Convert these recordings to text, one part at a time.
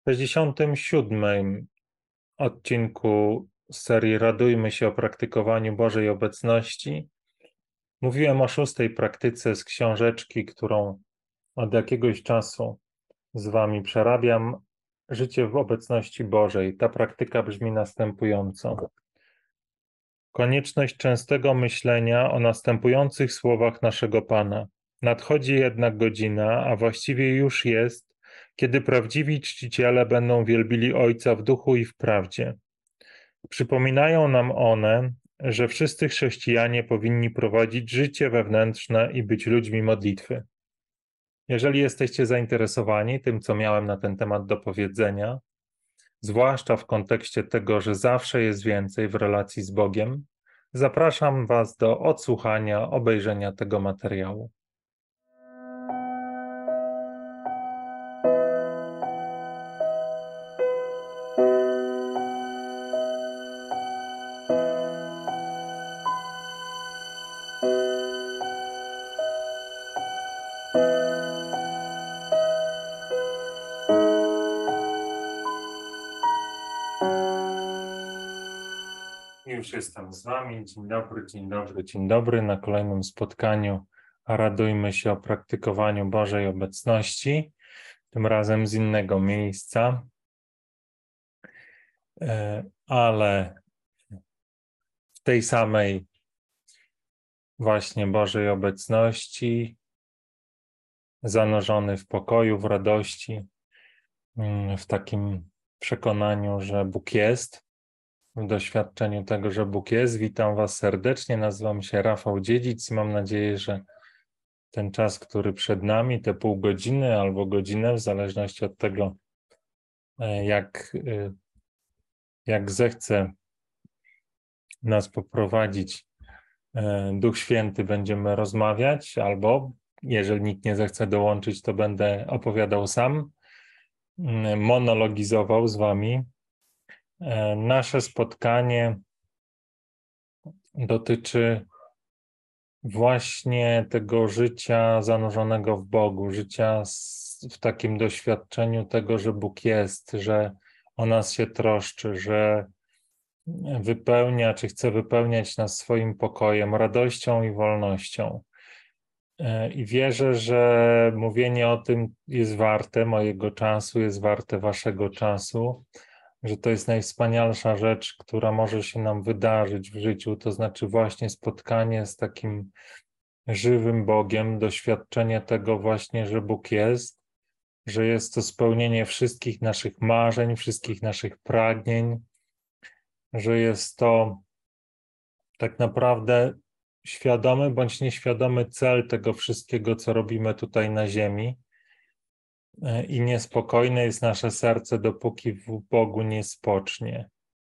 W 67. odcinku z serii Radujmy się o praktykowaniu Bożej obecności mówiłem o 6. praktyce z książeczki, którą od jakiegoś czasu z Wami przerabiam. Życie w obecności Bożej. Ta praktyka brzmi następująco. Konieczność częstego myślenia o następujących słowach naszego Pana. Nadchodzi jednak godzina, a właściwie już jest, kiedy prawdziwi czciciele będą wielbili Ojca w duchu i w prawdzie. Przypominają nam one, że wszyscy chrześcijanie powinni prowadzić życie wewnętrzne i być ludźmi modlitwy. Jeżeli jesteście zainteresowani tym, co miałem na ten temat do powiedzenia, zwłaszcza w kontekście tego, że zawsze jest więcej w relacji z Bogiem, zapraszam Was do odsłuchania, obejrzenia tego materiału. Już jestem z Wami. Dzień dobry, dzień dobry, dzień dobry. Na kolejnym spotkaniu radujmy się o praktykowaniu Bożej obecności, tym razem z innego miejsca, ale w tej samej właśnie Bożej obecności, zanurzony w pokoju, w radości, w takim przekonaniu, że Bóg jest, w doświadczeniu tego, że Bóg jest. Witam Was serdecznie, nazywam się Rafał Dziedzic i mam nadzieję, że ten czas, który przed nami, te pół godziny albo godzinę, w zależności od tego, jak zechce nas poprowadzić Duch Święty, będziemy rozmawiać, albo jeżeli nikt nie zechce dołączyć, to będę opowiadał sam, monologizował z Wami. Nasze spotkanie dotyczy właśnie tego życia zanurzonego w Bogu, życia w takim doświadczeniu tego, że Bóg jest, że o nas się troszczy, że wypełnia, czy chce wypełniać nas swoim pokojem, radością i wolnością. I wierzę, że mówienie o tym jest warte mojego czasu, jest warte waszego czasu, że to jest najwspanialsza rzecz, która może się nam wydarzyć w życiu, to znaczy właśnie spotkanie z takim żywym Bogiem, doświadczenie tego właśnie, że Bóg jest, że jest to spełnienie wszystkich naszych marzeń, wszystkich naszych pragnień, że jest to tak naprawdę świadomy bądź nieświadomy cel tego wszystkiego, co robimy tutaj na ziemi. I niespokojne jest nasze serce, dopóki w Bogu nie spocznie.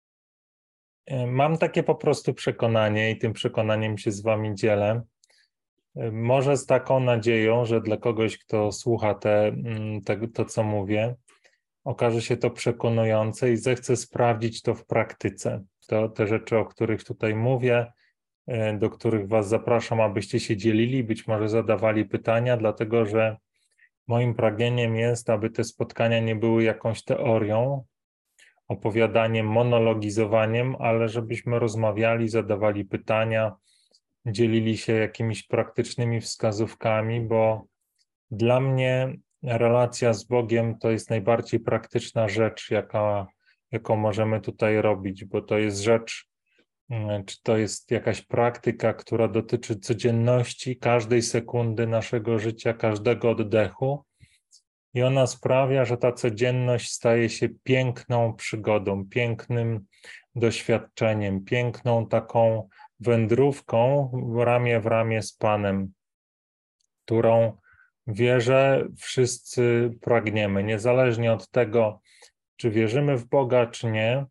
Mam takie po prostu przekonanie i tym przekonaniem się z Wami dzielę. Może z taką nadzieją, że dla kogoś, kto słucha to, co mówię, okaże się to przekonujące i zechce sprawdzić to w praktyce. Te rzeczy, o których tutaj mówię, do których Was zapraszam, abyście się dzielili, być może zadawali pytania, dlatego że moim pragnieniem jest, aby te spotkania nie były jakąś teorią, opowiadaniem, monologizowaniem, ale żebyśmy rozmawiali, zadawali pytania, dzielili się jakimiś praktycznymi wskazówkami, bo dla mnie relacja z Bogiem to jest najbardziej praktyczna rzecz, jaką możemy tutaj robić, bo to jest rzecz, czy to jest jakaś praktyka, która dotyczy codzienności, każdej sekundy naszego życia, każdego oddechu. I ona sprawia, że ta codzienność staje się piękną przygodą, pięknym doświadczeniem, piękną taką wędrówką ramię w ramię z Panem, którą wierzę wszyscy pragniemy. Niezależnie od tego, czy wierzymy w Boga, czy nie,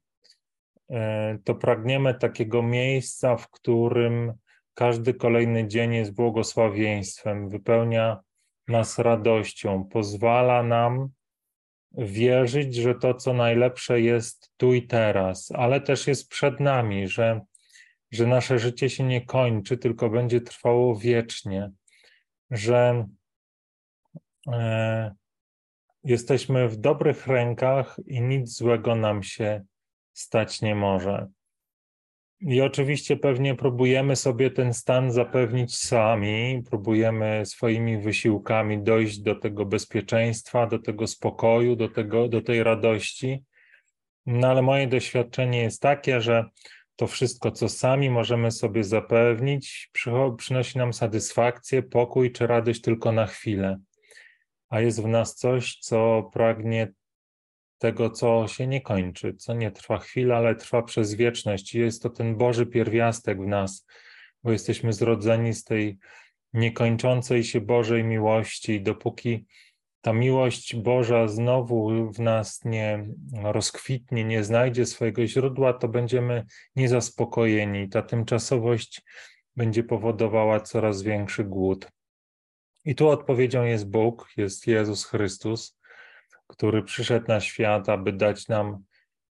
to pragniemy takiego miejsca, w którym każdy kolejny dzień jest błogosławieństwem, wypełnia nas radością, pozwala nam wierzyć, że to, co najlepsze, jest tu i teraz, ale też jest przed nami, że nasze życie się nie kończy, tylko będzie trwało wiecznie, że jesteśmy w dobrych rękach i nic złego nam się stać nie może. I oczywiście pewnie próbujemy sobie ten stan zapewnić sami, próbujemy swoimi wysiłkami dojść do tego bezpieczeństwa, do tego spokoju, do tej radości. No ale moje doświadczenie jest takie, że to wszystko, co sami możemy sobie zapewnić, przynosi nam satysfakcję, pokój czy radość tylko na chwilę. A jest w nas coś, co pragnie tego, co się nie kończy, co nie trwa chwilę, ale trwa przez wieczność. I jest to ten Boży pierwiastek w nas, bo jesteśmy zrodzeni z tej niekończącej się Bożej miłości. I dopóki ta miłość Boża znowu w nas nie rozkwitnie, nie znajdzie swojego źródła, to będziemy niezaspokojeni. Ta tymczasowość będzie powodowała coraz większy głód. I tu odpowiedzią jest Bóg, jest Jezus Chrystus, który przyszedł na świat, aby dać nam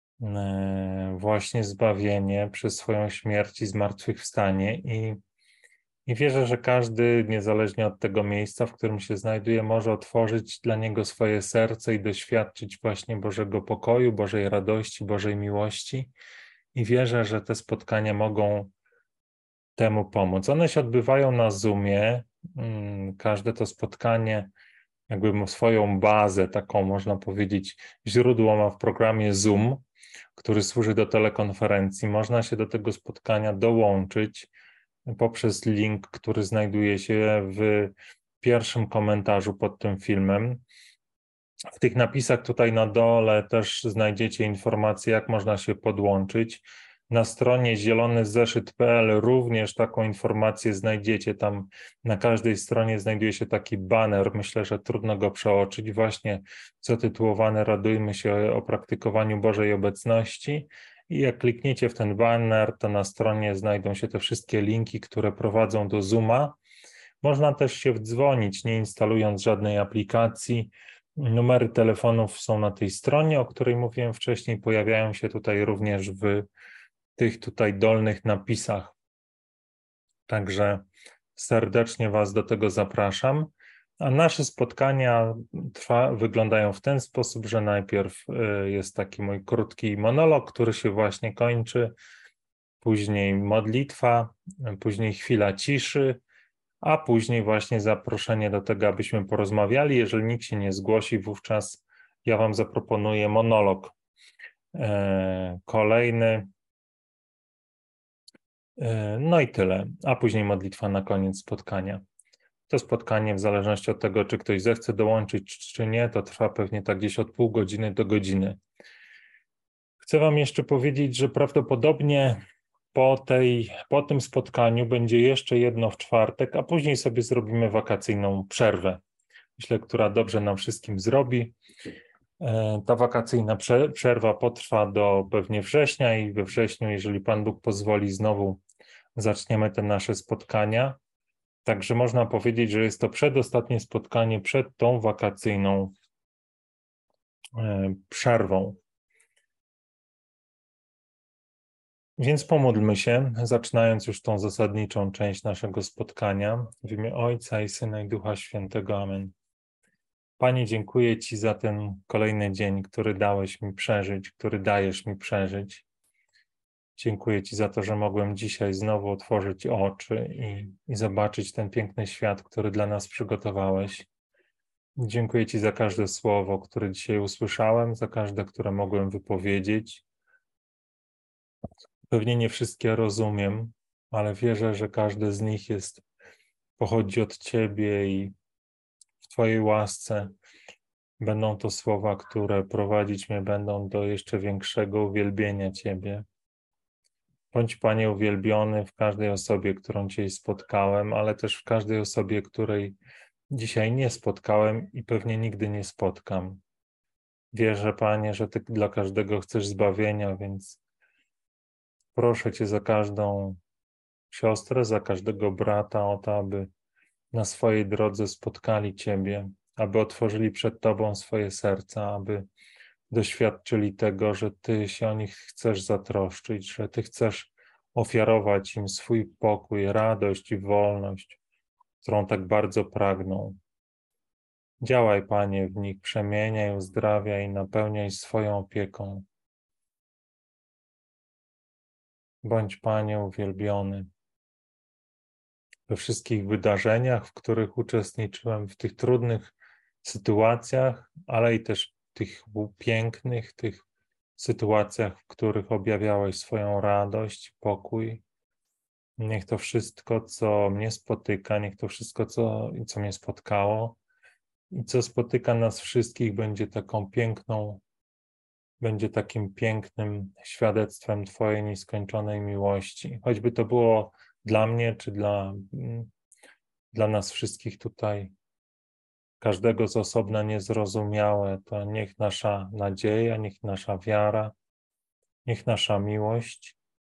właśnie zbawienie przez swoją śmierć i zmartwychwstanie. I wierzę, że każdy, niezależnie od tego miejsca, w którym się znajduje, może otworzyć dla niego swoje serce i doświadczyć właśnie Bożego pokoju, Bożej radości, Bożej miłości. I wierzę, że te spotkania mogą temu pomóc. One się odbywają na Zoomie. Każde to spotkanie jakby swoją bazę, taką można powiedzieć, źródło ma w programie Zoom, który służy do telekonferencji. Można się do tego spotkania dołączyć poprzez link, który znajduje się w pierwszym komentarzu pod tym filmem. W tych napisach tutaj na dole też znajdziecie informacje, jak można się podłączyć. Na stronie zielonyzeszyt.pl również taką informację znajdziecie. Tam na każdej stronie znajduje się taki baner, myślę, że trudno go przeoczyć, właśnie zatytułowany Radujmy się o praktykowaniu Bożej obecności. I jak klikniecie w ten baner, to na stronie znajdą się te wszystkie linki, które prowadzą do Zooma. Można też się wdzwonić, nie instalując żadnej aplikacji. Numery telefonów są na tej stronie, o której mówiłem wcześniej, pojawiają się tutaj również w tych tutaj dolnych napisach. Także serdecznie Was do tego zapraszam. A nasze spotkania wyglądają w ten sposób, że najpierw jest taki mój krótki monolog, który się właśnie kończy, później modlitwa, później chwila ciszy, a później właśnie zaproszenie do tego, abyśmy porozmawiali. Jeżeli nikt się nie zgłosi, wówczas ja Wam zaproponuję monolog kolejny. No i tyle, a później modlitwa na koniec spotkania. To spotkanie, w zależności od tego, czy ktoś zechce dołączyć, czy nie, to trwa pewnie tak gdzieś od pół godziny do godziny. Chcę Wam jeszcze powiedzieć, że prawdopodobnie po tym spotkaniu będzie jeszcze jedno w czwartek, a później sobie zrobimy wakacyjną przerwę. Myślę, która dobrze nam wszystkim zrobi. Ta wakacyjna przerwa potrwa do pewnie września i we wrześniu, jeżeli Pan Bóg pozwoli, znowu zaczniemy te nasze spotkania. Także można powiedzieć, że jest to przedostatnie spotkanie przed tą wakacyjną przerwą. Więc pomódlmy się, zaczynając już tą zasadniczą część naszego spotkania. W imię Ojca i Syna i Ducha Świętego. Amen. Panie, dziękuję Ci za ten kolejny dzień, który dałeś mi przeżyć, który dajesz mi przeżyć. Dziękuję Ci za to, że mogłem dzisiaj znowu otworzyć oczy i zobaczyć ten piękny świat, który dla nas przygotowałeś. Dziękuję Ci za każde słowo, które dzisiaj usłyszałem, za każde, które mogłem wypowiedzieć. Pewnie nie wszystkie rozumiem, ale wierzę, że każde z nich pochodzi od Ciebie i w Twojej łasce będą to słowa, które prowadzić mnie będą do jeszcze większego uwielbienia Ciebie. Bądź, Panie, uwielbiony w każdej osobie, którą dzisiaj spotkałem, ale też w każdej osobie, której dzisiaj nie spotkałem i pewnie nigdy nie spotkam. Wierzę, Panie, że Ty dla każdego chcesz zbawienia, więc proszę Cię za każdą siostrę, za każdego brata o to, aby na swojej drodze spotkali Ciebie, aby otworzyli przed Tobą swoje serca, aby doświadczyli tego, że Ty się o nich chcesz zatroszczyć, że Ty chcesz ofiarować im swój pokój, radość i wolność, którą tak bardzo pragną. Działaj, Panie, w nich, przemieniaj, uzdrawiaj, napełniaj swoją opieką. Bądź, Panie, uwielbiony we wszystkich wydarzeniach, w których uczestniczyłem, w tych trudnych sytuacjach, ale i też tych pięknych, tych sytuacjach, w których objawiałeś swoją radość, pokój. Niech to wszystko, co mnie spotyka, niech to wszystko, co mnie spotkało i co spotyka nas wszystkich, będzie takim pięknym świadectwem Twojej nieskończonej miłości. Choćby to było dla mnie, czy dla nas wszystkich tutaj, każdego z osobna niezrozumiałe, to niech nasza nadzieja, niech nasza wiara, niech nasza miłość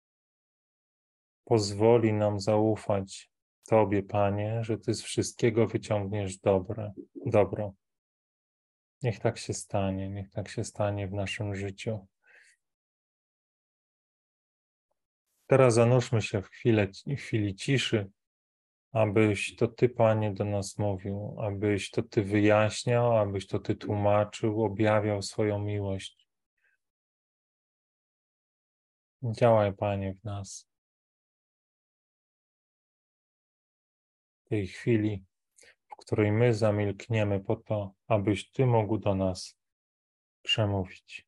pozwoli nam zaufać Tobie, Panie, że Ty z wszystkiego wyciągniesz dobro. Niech tak się stanie, niech tak się stanie w naszym życiu. Teraz zanurzmy się w chwili ciszy, abyś to Ty, Panie, do nas mówił, abyś to Ty wyjaśniał, abyś to Ty tłumaczył, objawiał swoją miłość. Działaj, Panie, w nas. W tej chwili, w której my zamilkniemy po to, abyś Ty mógł do nas przemówić.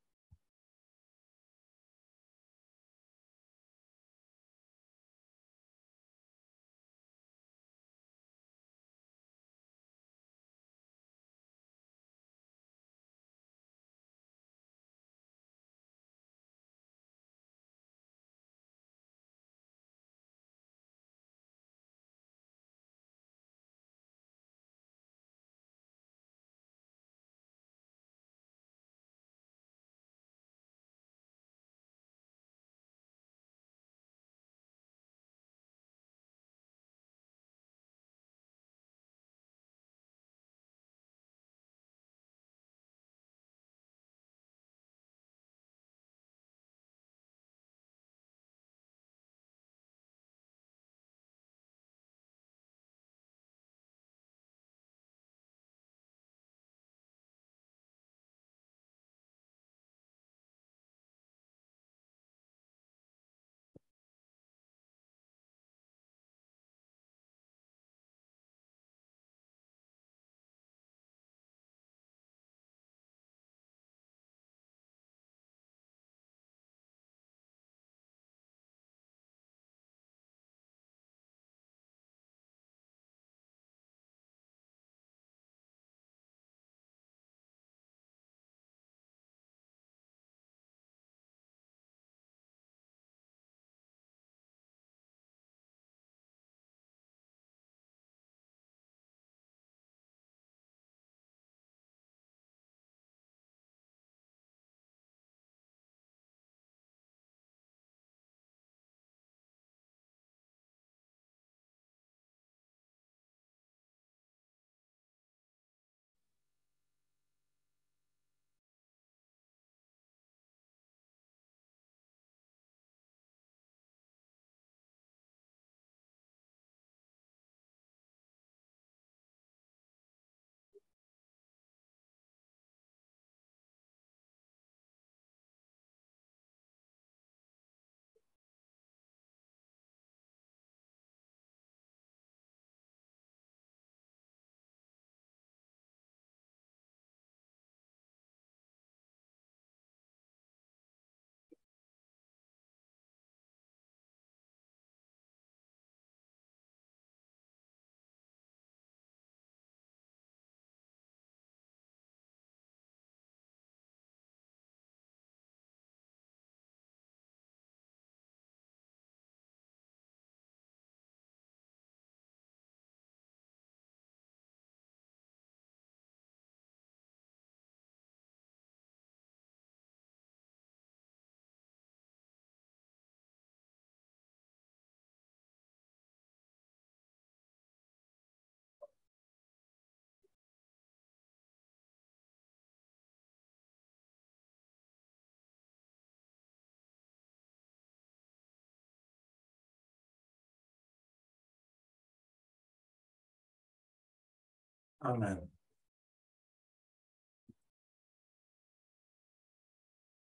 Amen.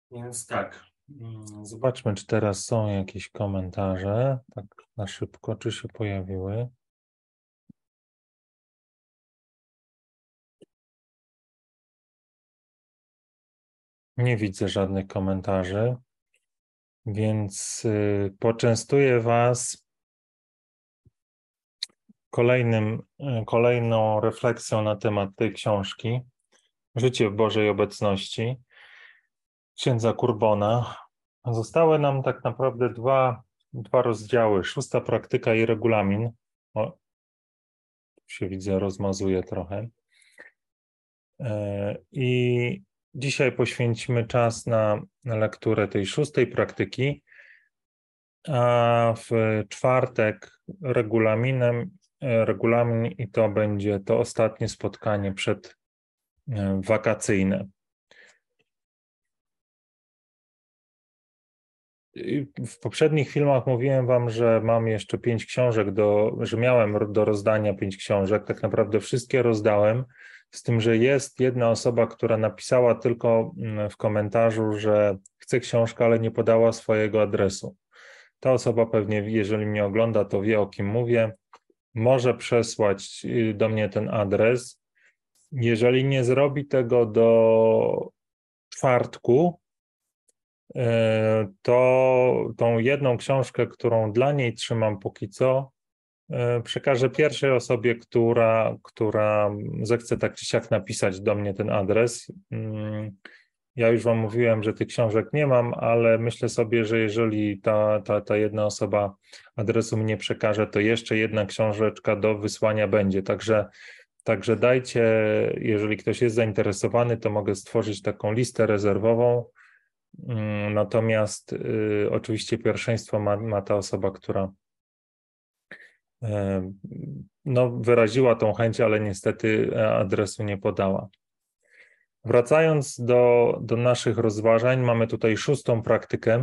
Więc tak, zobaczmy, czy teraz są jakieś komentarze, tak na szybko, czy się pojawiły. Nie widzę żadnych komentarzy, więc poczęstuję Was kolejną refleksją na temat tej książki Życie w Bożej Obecności księdza Kurbona. Zostały nam tak naprawdę dwa rozdziały, 6. praktyka i regulamin. O, tu się widzę, rozmazuje trochę. I dzisiaj poświęcimy czas na lekturę tej 6. praktyki, a w czwartek regulamin i to będzie to ostatnie spotkanie wakacyjne. W poprzednich filmach mówiłem Wam, że mam jeszcze 5 książek, że miałem do rozdania 5 książek. Tak naprawdę wszystkie rozdałem, z tym, że jest jedna osoba, która napisała tylko w komentarzu, że chce książkę, ale nie podała swojego adresu. Ta osoba pewnie, jeżeli mnie ogląda, to wie, o kim mówię. Może przesłać do mnie ten adres. Jeżeli nie zrobi tego do czwartku, to tą jedną książkę, którą dla niej trzymam póki co, przekażę pierwszej osobie, która zechce tak czy siak napisać do mnie ten adres. Ja już Wam mówiłem, że tych książek nie mam, ale myślę sobie, że jeżeli ta jedna osoba adresu mnie przekaże, to jeszcze jedna książeczka do wysłania będzie. Także dajcie, jeżeli ktoś jest zainteresowany, to mogę stworzyć taką listę rezerwową. Natomiast oczywiście pierwszeństwo ma ta osoba, która wyraziła tą chęć, ale niestety adresu nie podała. Wracając do naszych rozważań, mamy tutaj 6. praktykę,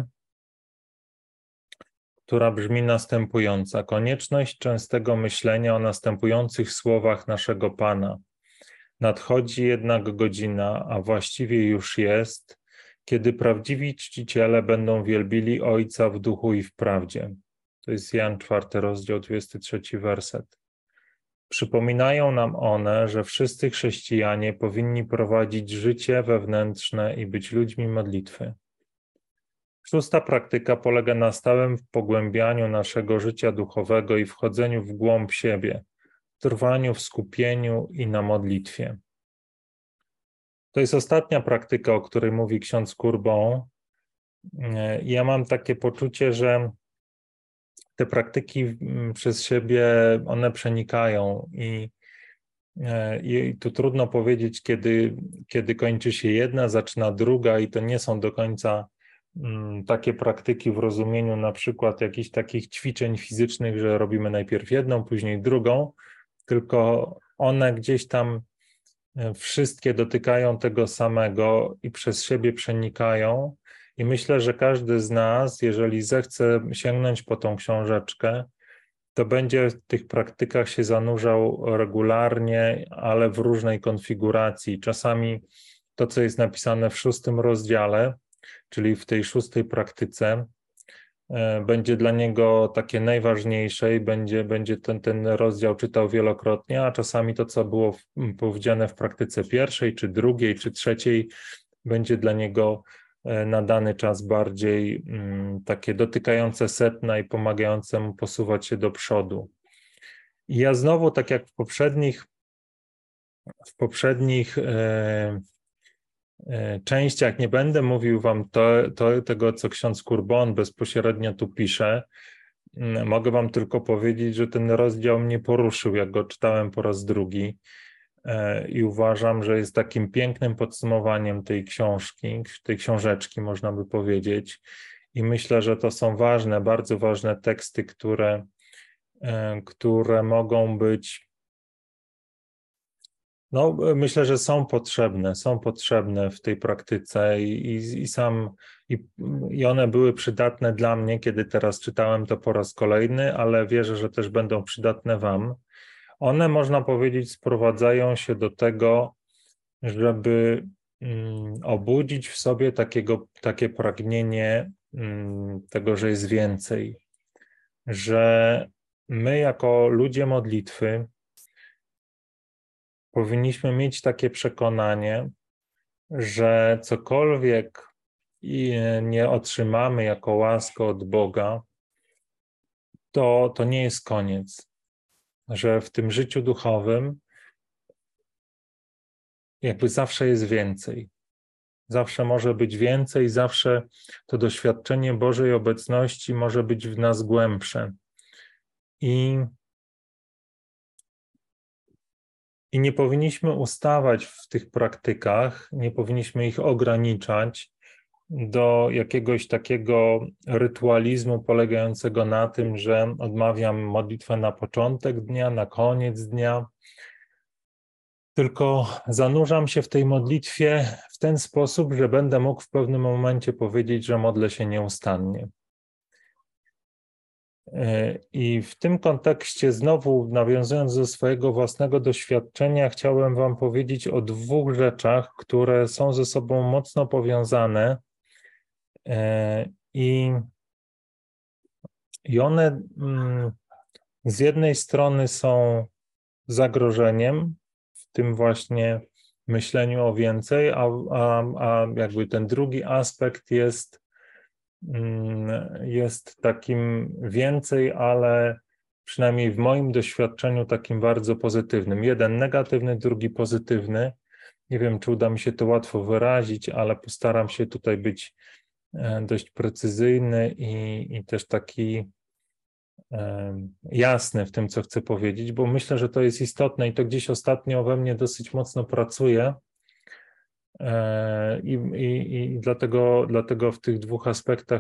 która brzmi następująca. Konieczność częstego myślenia o następujących słowach naszego Pana. Nadchodzi jednak godzina, a właściwie już jest, kiedy prawdziwi czciciele będą wielbili Ojca w duchu i w prawdzie. To jest Jan 4, rozdział 23, werset. Przypominają nam one, że wszyscy chrześcijanie powinni prowadzić życie wewnętrzne i być ludźmi modlitwy. 6. praktyka polega na stałym pogłębianiu naszego życia duchowego i wchodzeniu w głąb siebie, trwaniu w skupieniu i na modlitwie. To jest ostatnia praktyka, o której mówi ksiądz Courbon. Ja mam takie poczucie, że te praktyki przez siebie, one przenikają i tu trudno powiedzieć, kiedy kończy się jedna, zaczyna druga i to nie są do końca takie praktyki w rozumieniu na przykład jakichś takich ćwiczeń fizycznych, że robimy najpierw jedną, później drugą, tylko one gdzieś tam wszystkie dotykają tego samego i przez siebie przenikają. I myślę, że każdy z nas, jeżeli zechce sięgnąć po tą książeczkę, to będzie w tych praktykach się zanurzał regularnie, ale w różnej konfiguracji. Czasami to, co jest napisane w 6. rozdziale, czyli w tej 6. praktyce, będzie dla niego takie najważniejsze i będzie ten rozdział czytał wielokrotnie, a czasami to, co było powiedziane w praktyce pierwszej, czy drugiej, czy trzeciej, będzie dla niego na dany czas bardziej takie dotykające sedna i pomagające mu posuwać się do przodu. I ja znowu, tak jak w poprzednich częściach, nie będę mówił Wam tego, co ksiądz Courbon bezpośrednio tu pisze. Mogę Wam tylko powiedzieć, że ten rozdział mnie poruszył, jak go czytałem po raz drugi i uważam, że jest takim pięknym podsumowaniem tej książki, tej książeczki, można by powiedzieć. I myślę, że to są ważne, bardzo ważne teksty, które mogą być, myślę, że są potrzebne w tej praktyce i one były przydatne dla mnie, kiedy teraz czytałem to po raz kolejny, ale wierzę, że też będą przydatne Wam. One, można powiedzieć, sprowadzają się do tego, żeby obudzić w sobie takie pragnienie tego, że jest więcej, że my jako ludzie modlitwy powinniśmy mieć takie przekonanie, że cokolwiek nie otrzymamy jako łaskę od Boga, to nie jest koniec. Że w tym życiu duchowym jakby zawsze jest więcej. Zawsze może być więcej, zawsze to doświadczenie Bożej obecności może być w nas głębsze. I nie powinniśmy ustawać w tych praktykach, nie powinniśmy ich ograniczać do jakiegoś takiego rytualizmu polegającego na tym, że odmawiam modlitwę na początek dnia, na koniec dnia, tylko zanurzam się w tej modlitwie w ten sposób, że będę mógł w pewnym momencie powiedzieć, że modlę się nieustannie. I w tym kontekście, znowu nawiązując do swojego własnego doświadczenia, chciałem Wam powiedzieć o dwóch rzeczach, które są ze sobą mocno powiązane i one z jednej strony są zagrożeniem w tym właśnie myśleniu o więcej, a jakby ten drugi aspekt jest takim więcej, ale przynajmniej w moim doświadczeniu takim bardzo pozytywnym. Jeden negatywny, drugi pozytywny. Nie wiem, czy uda mi się to łatwo wyrazić, ale postaram się tutaj być dość precyzyjny i też taki jasny w tym, co chcę powiedzieć, bo myślę, że to jest istotne i to gdzieś ostatnio we mnie dosyć mocno pracuje. I dlatego w tych dwóch aspektach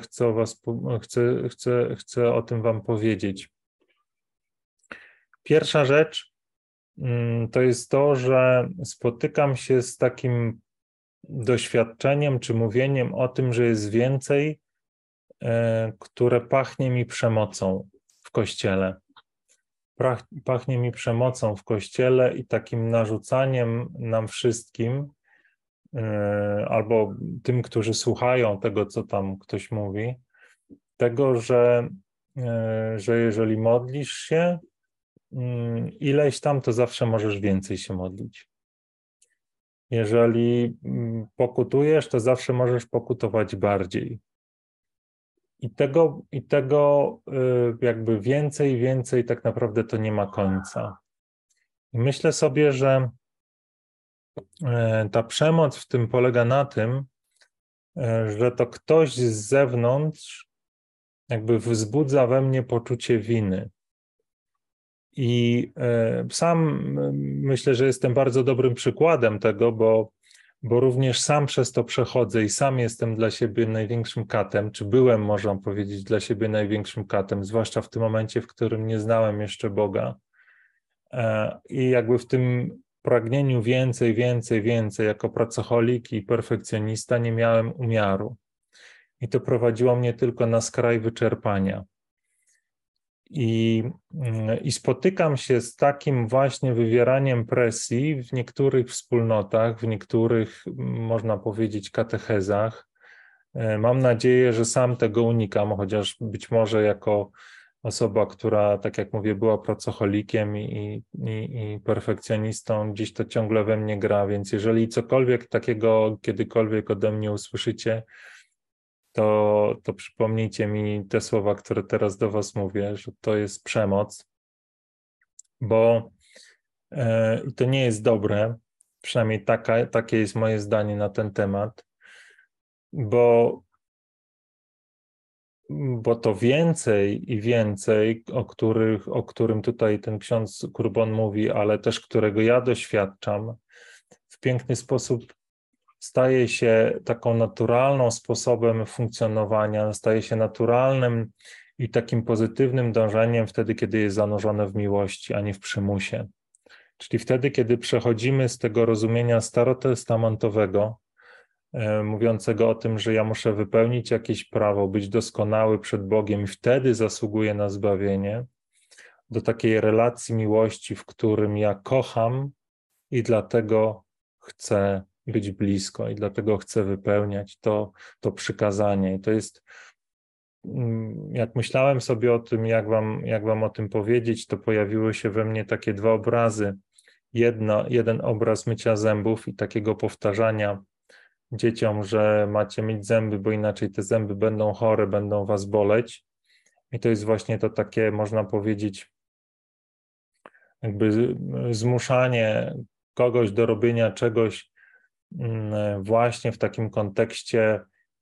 chcę o tym Wam powiedzieć. Pierwsza rzecz to jest to, że spotykam się z takim doświadczeniem czy mówieniem o tym, że jest więcej, które pachnie mi przemocą w Kościele. Pachnie mi przemocą w Kościele i takim narzucaniem nam wszystkim, albo tym, którzy słuchają tego, co tam ktoś mówi, tego, że jeżeli modlisz się ileś tam, to zawsze możesz więcej się modlić. Jeżeli pokutujesz, to zawsze możesz pokutować bardziej. I tego jakby więcej tak naprawdę to nie ma końca. I myślę sobie, że ta przemoc w tym polega na tym, że to ktoś z zewnątrz jakby wzbudza we mnie poczucie winy. I sam myślę, że jestem bardzo dobrym przykładem tego, bo również sam przez to przechodzę i sam jestem dla siebie największym katem, czy byłem, można powiedzieć, dla siebie największym katem, zwłaszcza w tym momencie, w którym nie znałem jeszcze Boga. I jakby w tym pragnieniu więcej, jako pracoholik i perfekcjonista nie miałem umiaru. I to prowadziło mnie tylko na skraj wyczerpania. I spotykam się z takim właśnie wywieraniem presji w niektórych wspólnotach, w niektórych, można powiedzieć, katechezach. Mam nadzieję, że sam tego unikam, chociaż być może jako osoba, która, tak jak mówię, była pracocholikiem i perfekcjonistą, gdzieś to ciągle we mnie gra, więc jeżeli cokolwiek takiego kiedykolwiek ode mnie usłyszycie, to przypomnijcie mi te słowa, które teraz do was mówię, że to jest przemoc, bo to nie jest dobre, przynajmniej takie jest moje zdanie na ten temat, bo to więcej i więcej, o którym tutaj ten ksiądz Kurbon mówi, ale też którego ja doświadczam, w piękny sposób staje się taką naturalną sposobem funkcjonowania, staje się naturalnym i takim pozytywnym dążeniem wtedy, kiedy jest zanurzone w miłości, a nie w przymusie. Czyli wtedy, kiedy przechodzimy z tego rozumienia starotestamentowego, mówiącego o tym, że ja muszę wypełnić jakieś prawo, być doskonały przed Bogiem i wtedy zasługuję na zbawienie, do takiej relacji miłości, w którym ja kocham i dlatego chcę być blisko i dlatego chcę wypełniać to przykazanie. I to jest, jak myślałem sobie o tym, jak wam o tym powiedzieć, to pojawiły się we mnie takie dwa obrazy. Jeden obraz mycia zębów i takiego powtarzania dzieciom, że macie myć zęby, bo inaczej te zęby będą chore, będą was boleć. I to jest właśnie to takie, można powiedzieć, jakby zmuszanie kogoś do robienia czegoś właśnie w takim kontekście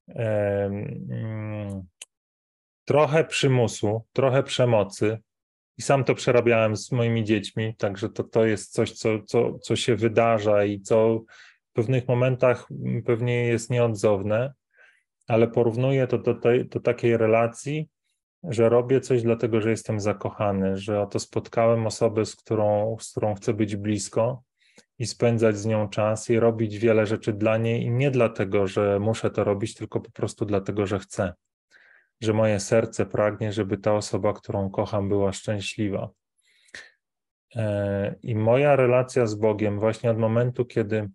trochę przymusu, trochę przemocy. I sam to przerabiałem z moimi dziećmi, także to jest coś, co się wydarza i co w pewnych momentach pewnie jest nieodzowne, ale porównuję to do takiej relacji, że robię coś dlatego, że jestem zakochany, że oto spotkałem osobę, z którą chcę być blisko i spędzać z nią czas i robić wiele rzeczy dla niej i nie dlatego, że muszę to robić, tylko po prostu dlatego, że chcę, że moje serce pragnie, żeby ta osoba, którą kocham, była szczęśliwa. I moja relacja z Bogiem właśnie od momentu,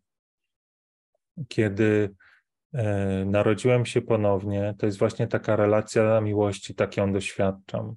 kiedy narodziłem się ponownie, to jest właśnie taka relacja miłości, tak ją doświadczam,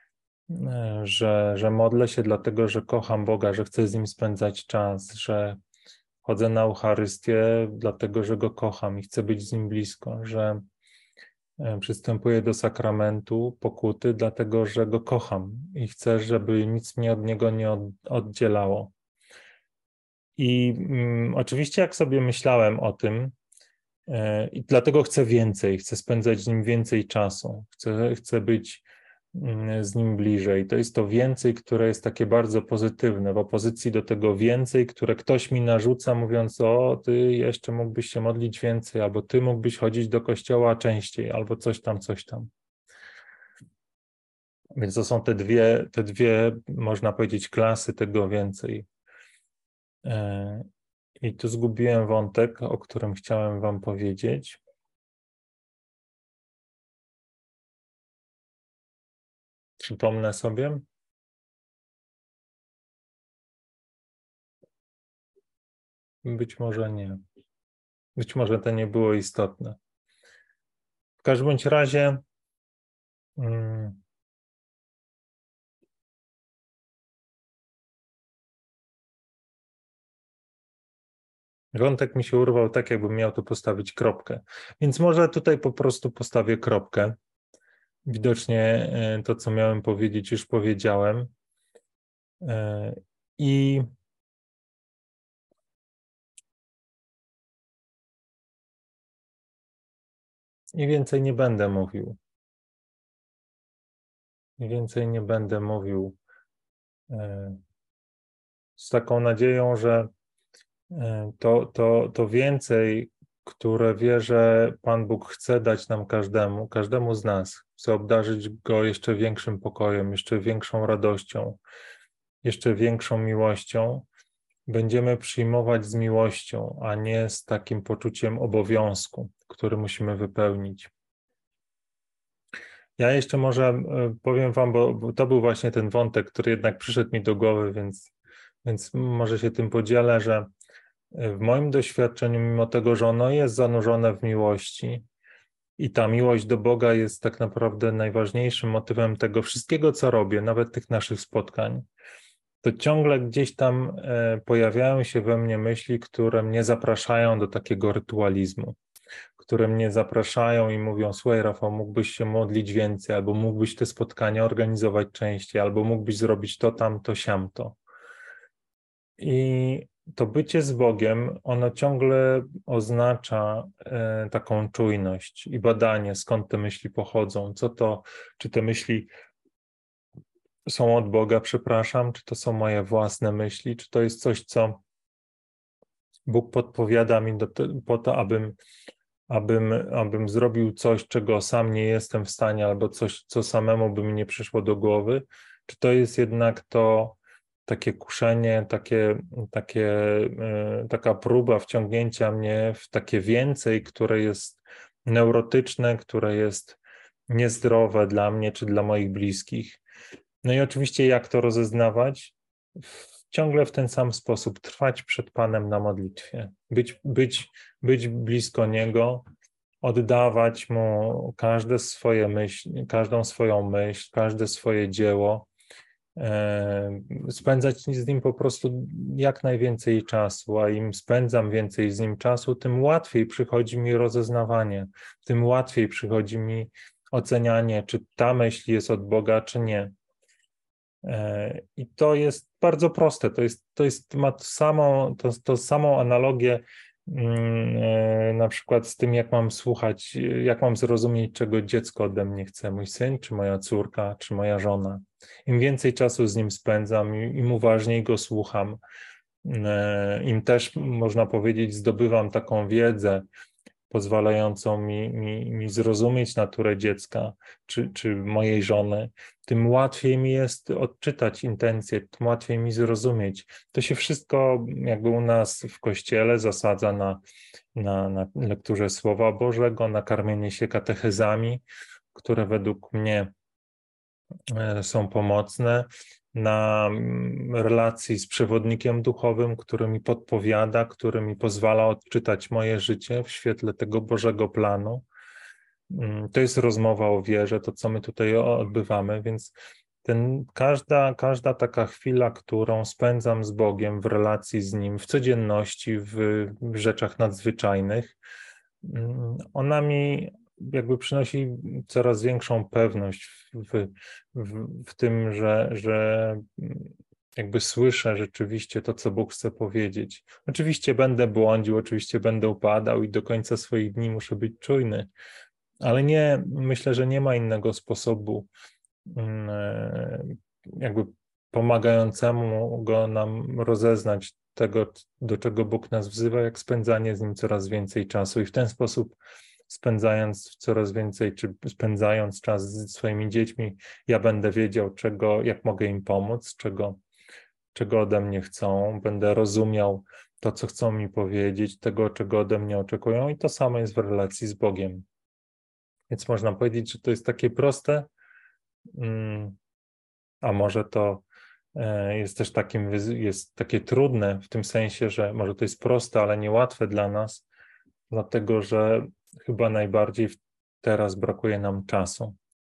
że modlę się dlatego, że kocham Boga, że chcę z Nim spędzać czas, że chodzę na Eucharystię dlatego, że Go kocham i chcę być z Nim blisko, że przystępuję do sakramentu pokuty dlatego, że Go kocham i chcę, żeby nic mnie od Niego nie oddzielało. I oczywiście jak sobie myślałem o tym, i dlatego chcę więcej, chcę spędzać z Nim więcej czasu, chcę być z Nim bliżej. To jest to więcej, które jest takie bardzo pozytywne, w opozycji do tego więcej, które ktoś mi narzuca, mówiąc: o, ty jeszcze mógłbyś się modlić więcej, albo ty mógłbyś chodzić do kościoła częściej, albo coś tam, coś tam. Więc to są te dwie, można powiedzieć, klasy tego więcej. I tu zgubiłem wątek, o którym chciałem wam powiedzieć. Przypomnę sobie. Być może nie. Być może to nie było istotne. W każdym bądź razie wątek mi się urwał tak, jakbym miał tu postawić kropkę. Więc może tutaj po prostu postawię kropkę. Widocznie to, co miałem powiedzieć, już powiedziałem. I więcej nie będę mówił. I więcej nie będę mówił z taką nadzieją, że to więcej, które wierzę, Pan Bóg chce dać nam każdemu z nas. Chce obdarzyć go jeszcze większym pokojem, jeszcze większą radością, jeszcze większą miłością. Będziemy przyjmować z miłością, a nie z takim poczuciem obowiązku, który musimy wypełnić. Ja jeszcze może powiem wam, bo to był właśnie ten wątek, który jednak przyszedł mi do głowy, więc może się tym podzielę, że w moim doświadczeniu, mimo tego, że ono jest zanurzone w miłości i ta miłość do Boga jest tak naprawdę najważniejszym motywem tego wszystkiego, co robię, nawet tych naszych spotkań, to ciągle gdzieś tam pojawiają się we mnie myśli, które mnie zapraszają do takiego rytualizmu, które mnie zapraszają i mówią: słuchaj, Rafał, mógłbyś się modlić więcej, albo mógłbyś te spotkania organizować częściej, albo mógłbyś zrobić to, tamto, siamto. I to bycie z Bogiem, ono ciągle oznacza taką czujność i badanie, skąd te myśli pochodzą, czy te myśli są od Boga, przepraszam, czy to są moje własne myśli, czy to jest coś, co Bóg podpowiada mi po to, abym zrobił coś, czego sam nie jestem w stanie, albo coś, co samemu by mi nie przyszło do głowy, czy to jest jednak to takie kuszenie, taka próba wciągnięcia mnie w takie więcej, które jest neurotyczne, które jest niezdrowe dla mnie czy dla moich bliskich. No i oczywiście jak to rozeznawać? ciągle w ten sam sposób trwać przed Panem na modlitwie, być blisko Niego, oddawać Mu każde swoje myśli, każdą swoją myśl, każde swoje dzieło, spędzać z Nim po prostu jak najwięcej czasu, a im spędzam więcej z Nim czasu, tym łatwiej przychodzi mi rozeznawanie, tym łatwiej przychodzi mi ocenianie, czy ta myśl jest od Boga, czy nie. I to jest bardzo proste, ma tą samą analogię na przykład z tym, jak mam słuchać, jak mam zrozumieć, czego dziecko ode mnie chce, mój syn, czy moja córka, czy moja żona. Im więcej czasu z nim spędzam, im uważniej go słucham, im też, można powiedzieć, zdobywam taką wiedzę pozwalającą mi zrozumieć naturę dziecka czy mojej żony, tym łatwiej mi jest odczytać intencje, tym łatwiej mi zrozumieć. To się wszystko jakby u nas w Kościele zasadza na lekturze Słowa Bożego, na karmienie się katechezami, które według mnie są pomocne, na relacji z przewodnikiem duchowym, który mi podpowiada, który mi pozwala odczytać moje życie w świetle tego Bożego planu. To jest rozmowa o wierze, to co my tutaj odbywamy, więc każda taka chwila, którą spędzam z Bogiem w relacji z Nim, w codzienności, w rzeczach nadzwyczajnych, ona mi jakby przynosi coraz większą pewność w tym, że jakby słyszę rzeczywiście to, co Bóg chce powiedzieć. Oczywiście będę błądził, oczywiście będę upadał i do końca swoich dni muszę być czujny, ale myślę, że nie ma innego sposobu jakby pomagającemu nam rozeznać tego, do czego Bóg nas wzywa, jak spędzanie z Nim coraz więcej czasu i w ten sposób spędzając coraz więcej, czy spędzając czas z swoimi dziećmi, ja będę wiedział, jak mogę im pomóc, czego ode mnie chcą, będę rozumiał to, co chcą mi powiedzieć, tego, czego ode mnie oczekują i to samo jest w relacji z Bogiem. Więc można powiedzieć, że to jest takie proste, a może to jest też jest takie trudne w tym sensie, że może to jest proste, ale niełatwe dla nas, dlatego że chyba najbardziej teraz brakuje nam czasu.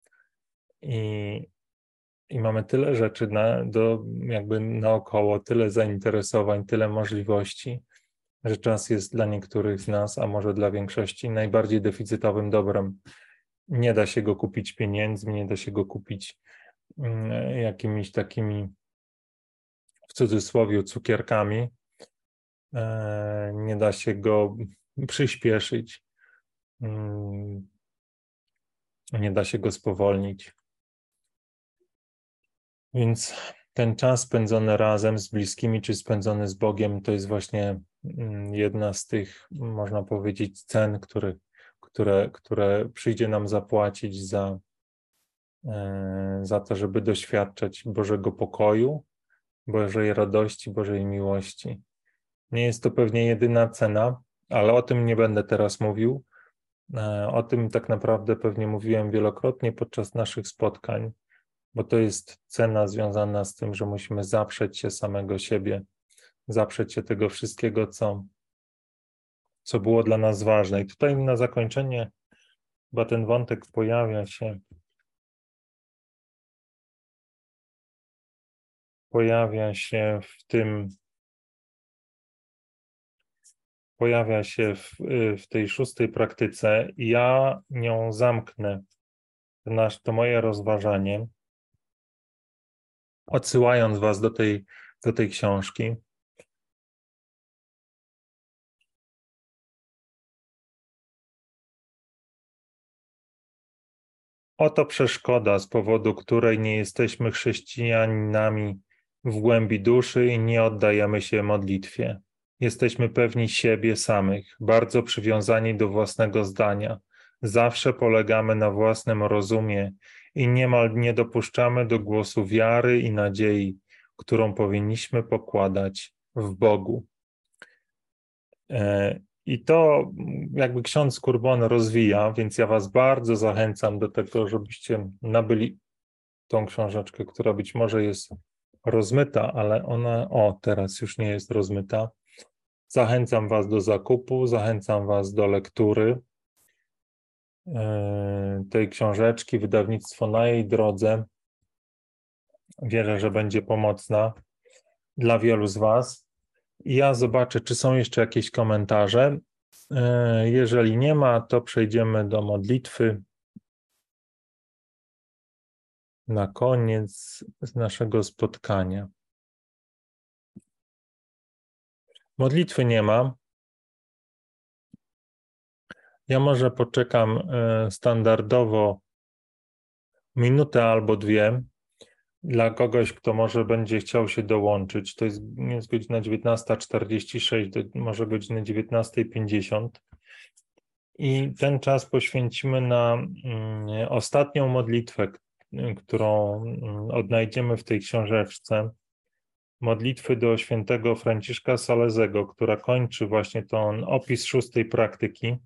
I mamy tyle rzeczy jakby naokoło, tyle zainteresowań, tyle możliwości, że czas jest dla niektórych z nas, a może dla większości, najbardziej deficytowym dobrem. Nie da się go kupić pieniędzmi, nie da się go kupić jakimiś takimi, w cudzysłowie, cukierkami. Nie da się go przyspieszyć. Nie da się go spowolnić. Więc ten czas spędzony razem z bliskimi, czy spędzony z Bogiem, to jest właśnie jedna z tych, można powiedzieć, cen, które przyjdzie nam zapłacić za to, żeby doświadczać Bożego pokoju, Bożej radości, Bożej miłości. Nie jest to pewnie jedyna cena, ale o tym nie będę teraz mówił. O tym tak naprawdę pewnie mówiłem wielokrotnie podczas naszych spotkań, bo to jest cena związana z tym, że musimy zaprzeć się samego siebie, zaprzeć się tego wszystkiego, co było dla nas ważne. I tutaj na zakończenie chyba ten wątek pojawia się w tej 6. praktyce i ja nią zamknę to moje rozważanie, odsyłając was do tej książki. Oto przeszkoda, z powodu której nie jesteśmy chrześcijanami w głębi duszy i nie oddajemy się modlitwie. Jesteśmy pewni siebie samych, bardzo przywiązani do własnego zdania. Zawsze polegamy na własnym rozumie i niemal nie dopuszczamy do głosu wiary i nadziei, którą powinniśmy pokładać w Bogu. I to jakby ksiądz Courbon rozwija, więc ja was bardzo zachęcam do tego, żebyście nabyli tą książeczkę, która być może jest rozmyta, ale ona, teraz już nie jest rozmyta. Zachęcam Was do zakupu, zachęcam Was do lektury tej książeczki, wydawnictwo Na jej drodze. Wierzę, że będzie pomocna dla wielu z Was. I ja zobaczę, czy są jeszcze jakieś komentarze. Jeżeli nie ma, to przejdziemy do modlitwy na koniec naszego spotkania. Modlitwy nie ma. Ja może poczekam standardowo minutę albo dwie dla kogoś, kto może będzie chciał się dołączyć. To jest godzina 19:46, może godzina 19:50. I ten czas poświęcimy na ostatnią modlitwę, którą odnajdziemy w tej książeczce. Modlitwy do świętego Franciszka Salezego, która kończy właśnie ten opis 6. praktyki.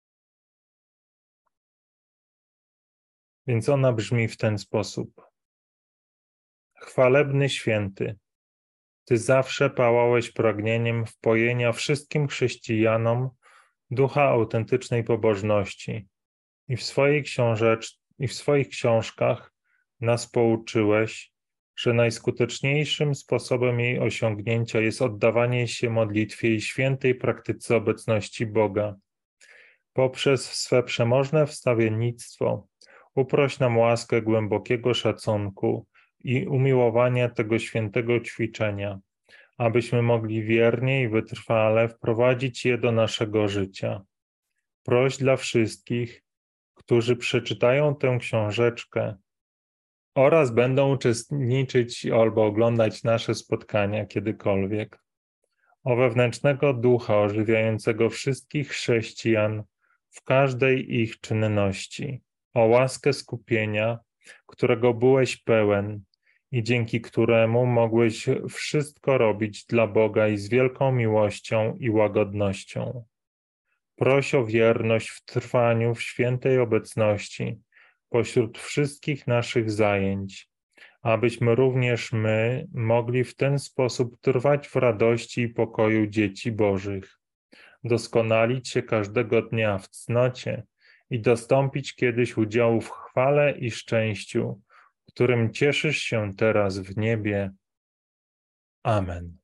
Więc ona brzmi w ten sposób. Chwalebny święty, Ty zawsze pałałeś pragnieniem wpojenia wszystkim chrześcijanom ducha autentycznej pobożności i w swoich książkach nas pouczyłeś, że najskuteczniejszym sposobem jej osiągnięcia jest oddawanie się modlitwie i świętej praktyce obecności Boga. Poprzez swe przemożne wstawiennictwo uproś nam łaskę głębokiego szacunku i umiłowania tego świętego ćwiczenia, abyśmy mogli wiernie i wytrwale wprowadzić je do naszego życia. Proś dla wszystkich, którzy przeczytają tę książeczkę oraz będą uczestniczyć albo oglądać nasze spotkania kiedykolwiek, o wewnętrznego ducha ożywiającego wszystkich chrześcijan w każdej ich czynności, o łaskę skupienia, którego byłeś pełen i dzięki któremu mogłeś wszystko robić dla Boga i z wielką miłością i łagodnością. Proś o wierność w trwaniu w świętej obecności pośród wszystkich naszych zajęć, abyśmy również my mogli w ten sposób trwać w radości i pokoju dzieci Bożych, doskonalić się każdego dnia w cnocie i dostąpić kiedyś udziału w chwale i szczęściu, którym cieszysz się teraz w niebie. Amen.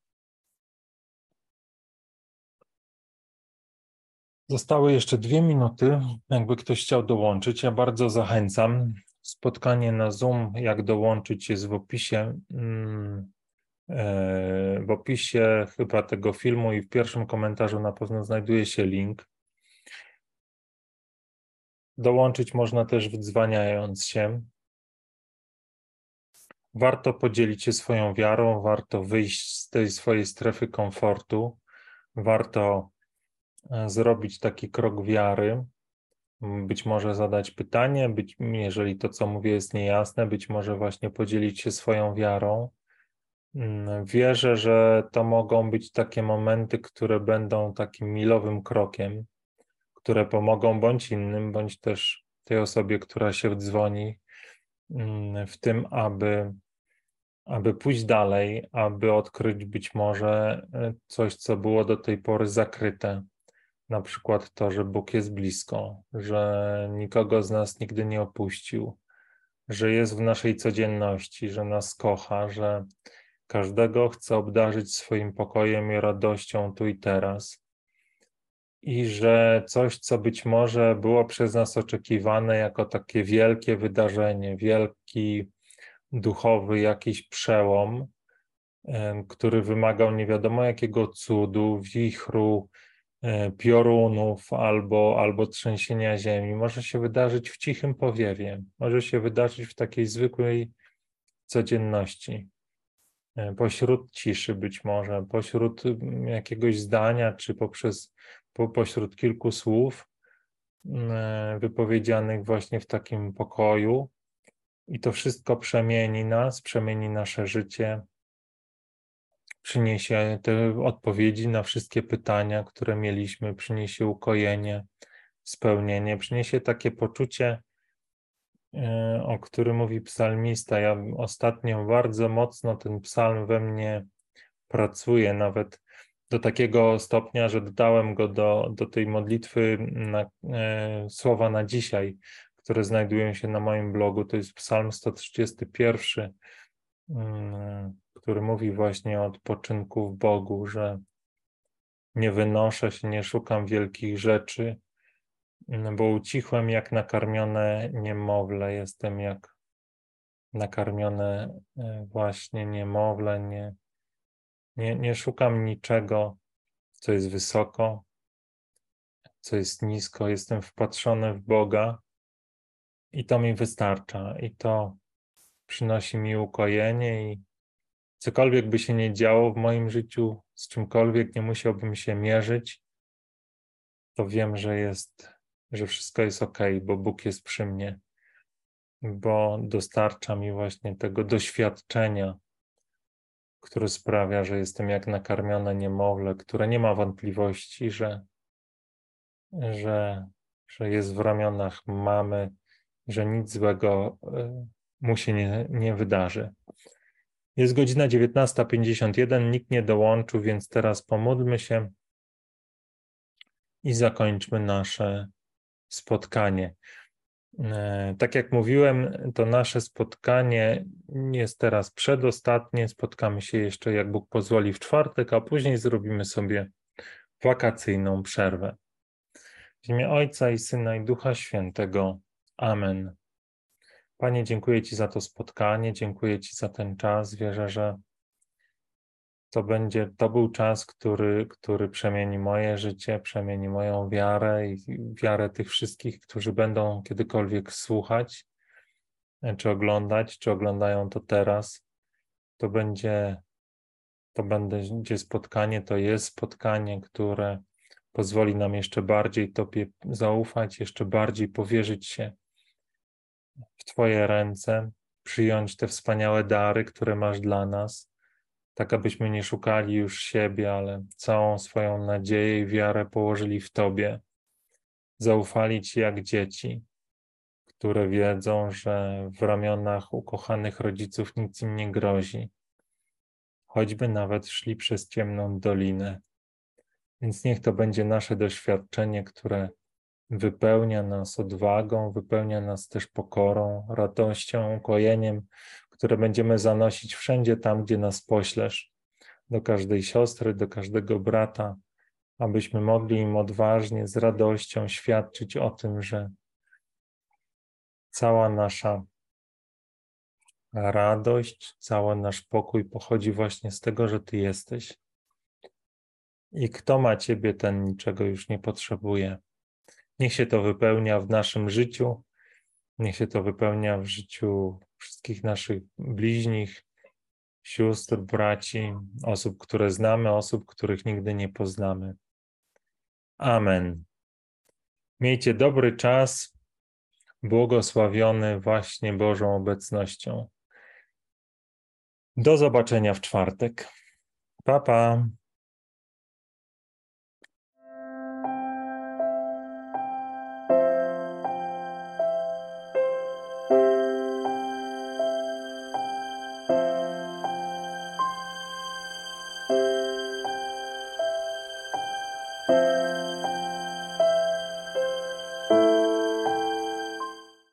Zostały jeszcze 2 minuty, jakby ktoś chciał dołączyć. Ja bardzo zachęcam. Spotkanie na Zoom, jak dołączyć, jest w opisie. W opisie chyba tego filmu i w pierwszym komentarzu na pewno znajduje się link. Dołączyć można też wdzwaniając się. Warto podzielić się swoją wiarą, warto wyjść z tej swojej strefy komfortu, warto zrobić taki krok wiary, być może zadać pytanie, jeżeli to, co mówię, jest niejasne, być może właśnie podzielić się swoją wiarą. Wierzę, że to mogą być takie momenty, które będą takim milowym krokiem, które pomogą bądź innym, bądź też tej osobie, która się wdzwoni, w tym, aby pójść dalej, aby odkryć być może coś, co było do tej pory zakryte. Na przykład to, że Bóg jest blisko, że nikogo z nas nigdy nie opuścił, że jest w naszej codzienności, że nas kocha, że każdego chce obdarzyć swoim pokojem i radością tu i teraz. I że coś, co być może było przez nas oczekiwane jako takie wielkie wydarzenie, wielki duchowy jakiś przełom, który wymagał nie wiadomo jakiego cudu, wichru, piorunów albo trzęsienia ziemi, może się wydarzyć w cichym powiewie, może się wydarzyć w takiej zwykłej codzienności, pośród ciszy być może, pośród jakiegoś zdania, czy pośród kilku słów wypowiedzianych właśnie w takim pokoju. I to wszystko przemieni nas, przemieni nasze życie, przyniesie te odpowiedzi na wszystkie pytania, które mieliśmy, przyniesie ukojenie, spełnienie, przyniesie takie poczucie o którym mówi psalmista. Ja ostatnio bardzo mocno ten psalm we mnie pracuje, nawet do takiego stopnia, że dodałem go do tej modlitwy słowa na dzisiaj, które znajdują się na moim blogu. To jest psalm 131, który mówi właśnie o odpoczynku w Bogu, że nie wynoszę się, nie szukam wielkich rzeczy, bo ucichłem jak nakarmione niemowlę, jestem jak nakarmione właśnie niemowlę, nie szukam niczego, co jest wysoko, co jest nisko, jestem wpatrzony w Boga i to mi wystarcza i to przynosi mi ukojenie i cokolwiek by się nie działo w moim życiu, z czymkolwiek nie musiałbym się mierzyć, to wiem, że wszystko jest okej, bo Bóg jest przy mnie, bo dostarcza mi właśnie tego doświadczenia, które sprawia, że jestem jak nakarmione niemowlę, które nie ma wątpliwości, że, że jest w ramionach mamy, że nic złego mu się nie wydarzy. Jest godzina 19:51, nikt nie dołączył, więc teraz pomódlmy się i zakończmy nasze spotkanie. Tak jak mówiłem, to nasze spotkanie jest teraz przedostatnie. Spotkamy się jeszcze, jak Bóg pozwoli, w czwartek, a później zrobimy sobie wakacyjną przerwę. W imię Ojca i Syna i Ducha Świętego. Amen. Panie, dziękuję Ci za to spotkanie, dziękuję Ci za ten czas. Wierzę, że to był czas, który przemieni moje życie, przemieni moją wiarę i wiarę tych wszystkich, którzy będą kiedykolwiek słuchać, czy oglądać, czy oglądają to teraz. To będzie spotkanie, to jest spotkanie, które pozwoli nam jeszcze bardziej Tobie zaufać, jeszcze bardziej powierzyć się w Twoje ręce, przyjąć te wspaniałe dary, które masz dla nas, tak abyśmy nie szukali już siebie, ale całą swoją nadzieję i wiarę położyli w Tobie. Zaufali Ci jak dzieci, które wiedzą, że w ramionach ukochanych rodziców nic im nie grozi, choćby nawet szli przez ciemną dolinę. Więc niech to będzie nasze doświadczenie, które wypełnia nas odwagą, wypełnia nas też pokorą, radością, ukojeniem, które będziemy zanosić wszędzie tam, gdzie nas poślesz, do każdej siostry, do każdego brata, abyśmy mogli im odważnie, z radością świadczyć o tym, że cała nasza radość, cały nasz pokój pochodzi właśnie z tego, że Ty jesteś. I kto ma Ciebie, ten niczego już nie potrzebuje. Niech się to wypełnia w naszym życiu, niech się to wypełnia w życiu wszystkich naszych bliźnich, sióstr, braci, osób, które znamy, osób, których nigdy nie poznamy. Amen. Miejcie dobry czas, błogosławiony właśnie Bożą obecnością. Do zobaczenia w czwartek. Pa, pa.